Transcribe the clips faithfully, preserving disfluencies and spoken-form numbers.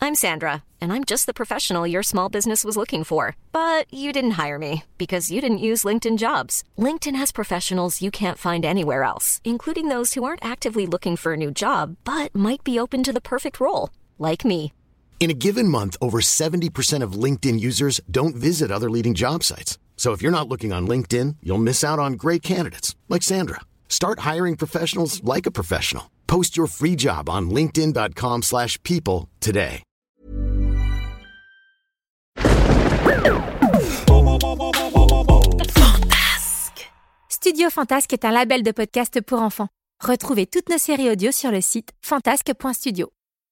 I'm Sandra, and I'm just the professional your small business was looking for. But you didn't hire me because you didn't use LinkedIn Jobs. LinkedIn has professionals you can't find anywhere else, including those who aren't actively looking for a new job, but might be open to the perfect role, like me. In a given month, over seventy percent of LinkedIn users don't visit other leading job sites. So if you're not looking on LinkedIn, you'll miss out on great candidates like Sandra. Start hiring professionals like a professional. Post your free job on linkedin.com slash people today. Fantasque. Studio Fantasque est un label de podcast pour enfants. Retrouvez toutes nos séries audio sur le site fantasque point studio.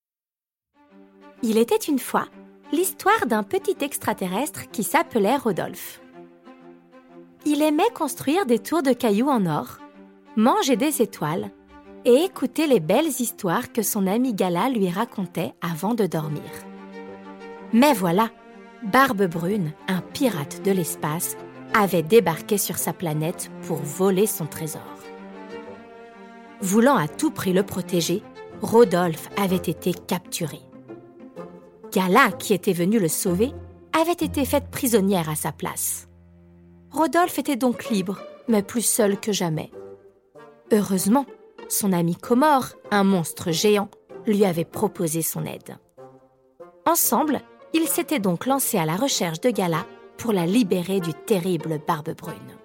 Il était une fois l'histoire d'un petit extraterrestre qui s'appelait Rodolphe. Il aimait construire des tours de cailloux en or, manger des étoiles et écouter les belles histoires que son ami Gala lui racontait avant de dormir. Mais voilà, Barbe Brune, un pirate de l'espace, avait débarqué sur sa planète pour voler son trésor. Voulant à tout prix le protéger, Rodolphe avait été capturé. Gala, qui était venue le sauver, avait été faite prisonnière à sa place. Rodolphe était donc libre, mais plus seul que jamais. Heureusement, son ami Comore, un monstre géant, lui avait proposé son aide. Ensemble, ils s'étaient donc lancés à la recherche de Gala pour la libérer du terrible Barbe Brune.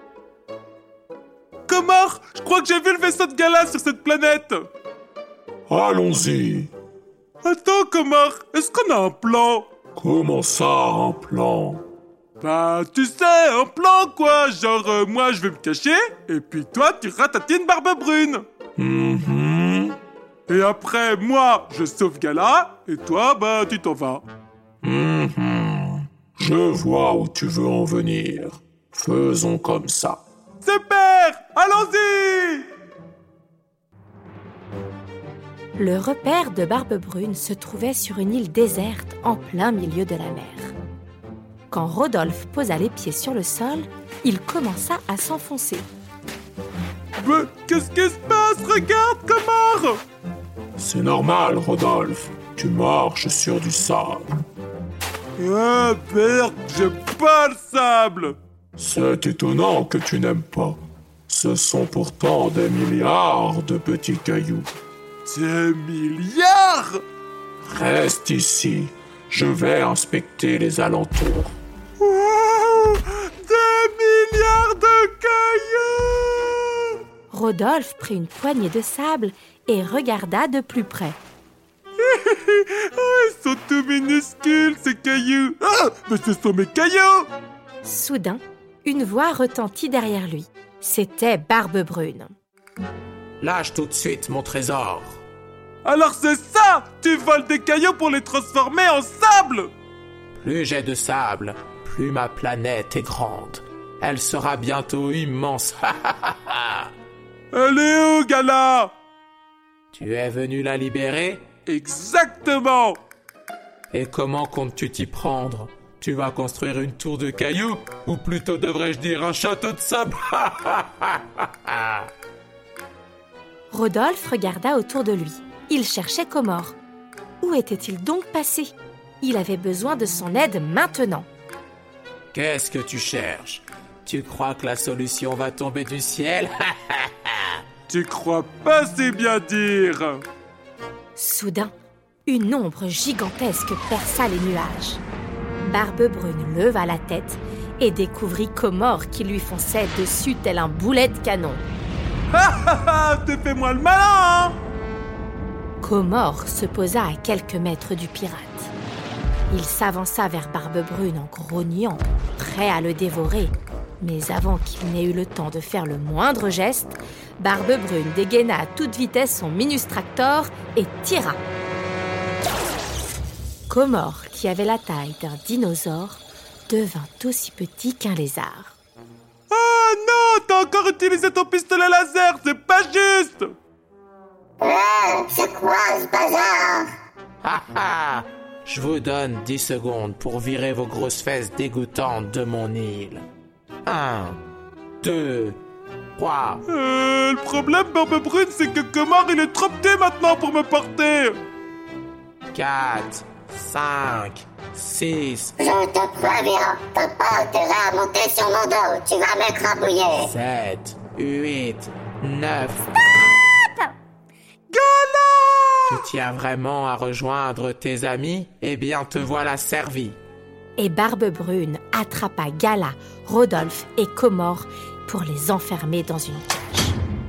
Comore, je crois que j'ai vu le vaisseau de Gala sur cette planète. Allons-y. Attends, Comore, est-ce qu'on a un plan? Comment ça, un plan? Bah, tu sais, un plan quoi. Genre, euh, moi je vais me cacher, et puis toi tu ratatines Barbe Brune. Mm-hmm. Et après, moi, je sauve Gala, et toi, bah, tu t'en vas. Mm-hmm. Je vois où tu veux en venir. Faisons comme ça. Super! Allons-y! Le repère de Barbe Brune se trouvait sur une île déserte en plein milieu de la mer. Quand Rodolphe posa les pieds sur le sol, il commença à s'enfoncer. Mais qu'est-ce qui se passe? Regarde, Comore! C'est normal, Rodolphe. Tu marches sur du sable. Ah merde, j'aime pas le sable! C'est étonnant que tu n'aimes pas. Ce sont pourtant des milliards de petits cailloux. Des milliards? Reste ici. Je vais inspecter les alentours. Wow! Des milliards de cailloux! Rodolphe prit une poignée de sable et regarda de plus près. Oh, ils sont tout minuscules, ces cailloux. Ah, mais ce sont mes cailloux! Soudain, une voix retentit derrière lui. C'était Barbe Brune. Lâche tout de suite mon trésor. Alors c'est ça! Tu voles des cailloux pour les transformer en sable! Plus j'ai de sable, plus ma planète est grande. Elle sera bientôt immense. Elle est où, Gala? Tu es venu la libérer? Exactement! Et comment comptes-tu t'y prendre? Tu vas construire une tour de cailloux? Ou plutôt devrais-je dire un château de sable? Rodolphe regarda autour de lui. Il cherchait Comore. Où était-il donc passé? Il avait besoin de son aide maintenant. Qu'est-ce que tu cherches? Tu crois que la solution va tomber du ciel? Tu crois pas si bien dire! Soudain, une ombre gigantesque perça les nuages. Barbe Brune leva la tête et découvrit Comore qui lui fonçait dessus tel un boulet de canon. Ha ha ha! T'es fait moi le malin, hein! Comore se posa à quelques mètres du pirate. Il s'avança vers Barbe Brune en grognant, prêt à le dévorer. Mais avant qu'il n'ait eu le temps de faire le moindre geste, Barbe Brune dégaina à toute vitesse son Minustractor et tira. Comore, qui avait la taille d'un dinosaure, devint aussi petit qu'un lézard. Oh non! T'as encore utilisé ton pistolet laser! C'est pas juste! Oh, c'est quoi ce bazar? Ha ha! Je vous donne dix secondes pour virer vos grosses fesses dégoûtantes de mon île. Un, deux, trois. Euh, le problème, Barbe Brune, c'est que Comore, il est trop petit maintenant pour me porter. Quatre, cinq, six, Je te préviens, t'as pas intérêt à monter sur mon dos, tu vas m'écrabouiller. sept, huit, neuf. Stop! Tu tiens vraiment à rejoindre tes amis? Eh bien, te voilà servi. Et Barbe Brune attrapa Gala, Rodolphe et Comore pour les enfermer dans une cage.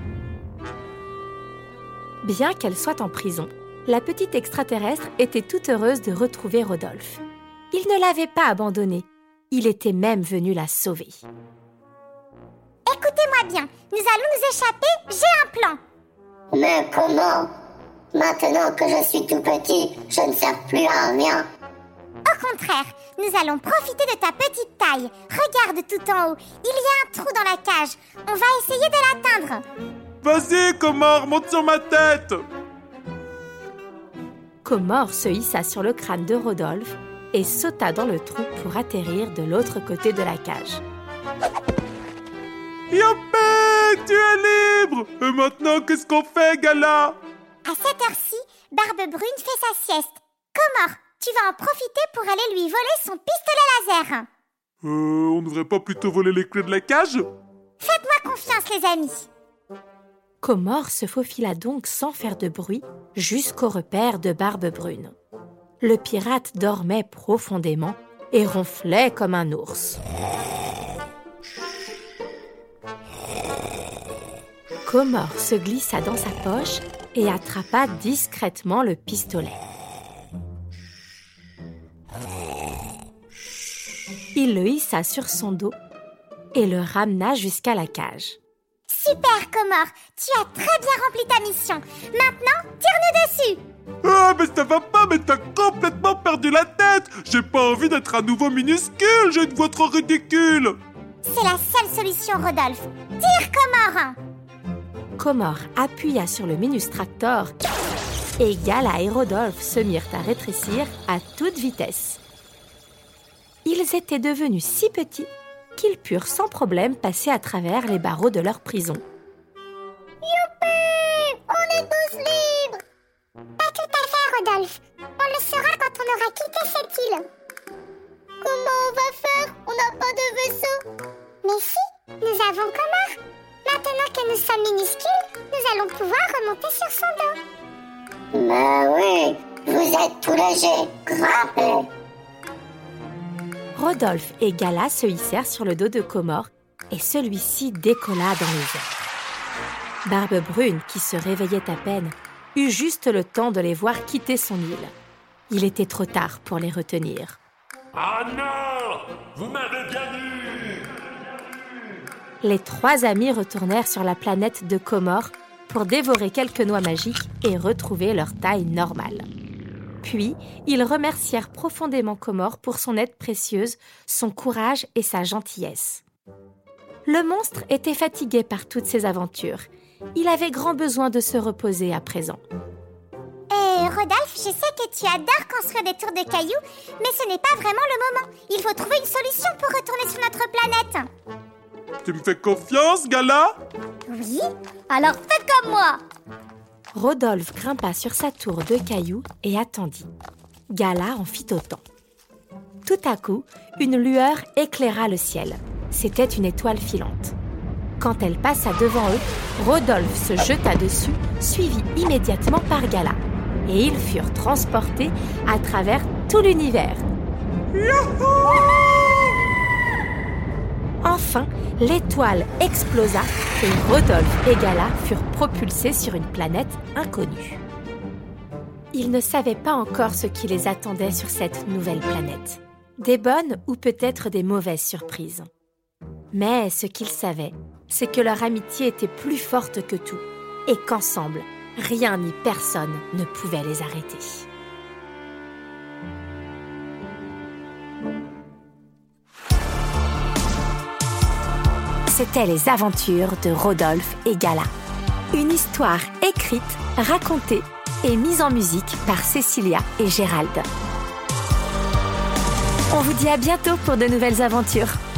Bien qu'elle soit en prison, la petite extraterrestre était toute heureuse de retrouver Rodolphe. Il ne l'avait pas abandonnée. Il était même venu la sauver. Écoutez-moi bien, nous allons nous échapper, j'ai un plan. Mais comment? Maintenant que je suis tout petit, je ne sers plus à rien. Au contraire, nous allons profiter de ta petite taille. Regarde tout en haut, il y a un trou dans la cage. On va essayer de l'atteindre. Vas-y, Comore, monte sur ma tête. Comore se hissa sur le crâne de Rodolphe et sauta dans le trou pour atterrir de l'autre côté de la cage. Youpi, tu es libre. Et maintenant, qu'est-ce qu'on fait, Gala? À cette heure-ci, Barbe Brune fait sa sieste. Comore, tu vas en profiter pour aller lui voler son pistolet laser. Euh, on ne devrait pas plutôt voler les clés de la cage? Faites-moi confiance, les amis. Comore se faufila donc sans faire de bruit jusqu'au repère de Barbe Brune. Le pirate dormait profondément et ronflait comme un ours. Comore se glissa dans sa poche et attrapa discrètement le pistolet. Il le hissa sur son dos et le ramena jusqu'à la cage. Super, Comore, tu as très bien rempli ta mission. Maintenant, tire-nous dessus. Ah, mais ça va pas, mais t'as complètement perdu la tête. J'ai pas envie d'être à nouveau minuscule, j'ai une voix trop ridicule. C'est la seule solution, Rodolphe. Tire, Comore. Comore appuya sur le Minustractor et Gala et Rodolphe se mirent à rétrécir à toute vitesse. Ils étaient devenus si petits qu'ils purent sans problème passer à travers les barreaux de leur prison. Youpi! On est tous libres! Pas tout à fait, Rodolphe. On le saura quand on aura quitté cette île. Comment on va faire? On n'a pas de vaisseau. Mais si, nous avons Comore. Maintenant que nous sommes minuscules, nous allons pouvoir remonter sur son dos. Mais oui, vous êtes tout léger, grimpez. Rodolphe et Gala se hissèrent sur le dos de Comore et celui-ci décolla dans les airs. Barbe Brune, qui se réveillait à peine, eut juste le temps de les voir quitter son île. Il était trop tard pour les retenir. Ah non! Vous m'avez bien eu! Les trois amis retournèrent sur la planète de Comore pour dévorer quelques noix magiques et retrouver leur taille normale. Puis, ils remercièrent profondément Comore pour son aide précieuse, son courage et sa gentillesse. Le monstre était fatigué par toutes ces aventures. Il avait grand besoin de se reposer à présent. Et Rodolphe, je sais que tu adores construire des tours de cailloux, mais ce n'est pas vraiment le moment. Il faut trouver une solution pour retourner sur notre planète. Tu me fais confiance, Gala? Oui, alors fais comme moi. Rodolphe grimpa sur sa tour de cailloux et attendit. Gala en fit autant. Tout à coup, une lueur éclaira le ciel. C'était une étoile filante. Quand elle passa devant eux, Rodolphe se jeta dessus, suivi immédiatement par Gala. Et ils furent transportés à travers tout l'univers. Youhou! Enfin, l'étoile explosa et Rodolphe et Gala furent propulsés sur une planète inconnue. Ils ne savaient pas encore ce qui les attendait sur cette nouvelle planète. Des bonnes ou peut-être des mauvaises surprises. Mais ce qu'ils savaient, c'est que leur amitié était plus forte que tout et qu'ensemble, rien ni personne ne pouvait les arrêter. C'était les aventures de Rodolphe et Gala. Une histoire écrite, racontée et mise en musique par Cécilia et Gérald. On vous dit à bientôt pour de nouvelles aventures.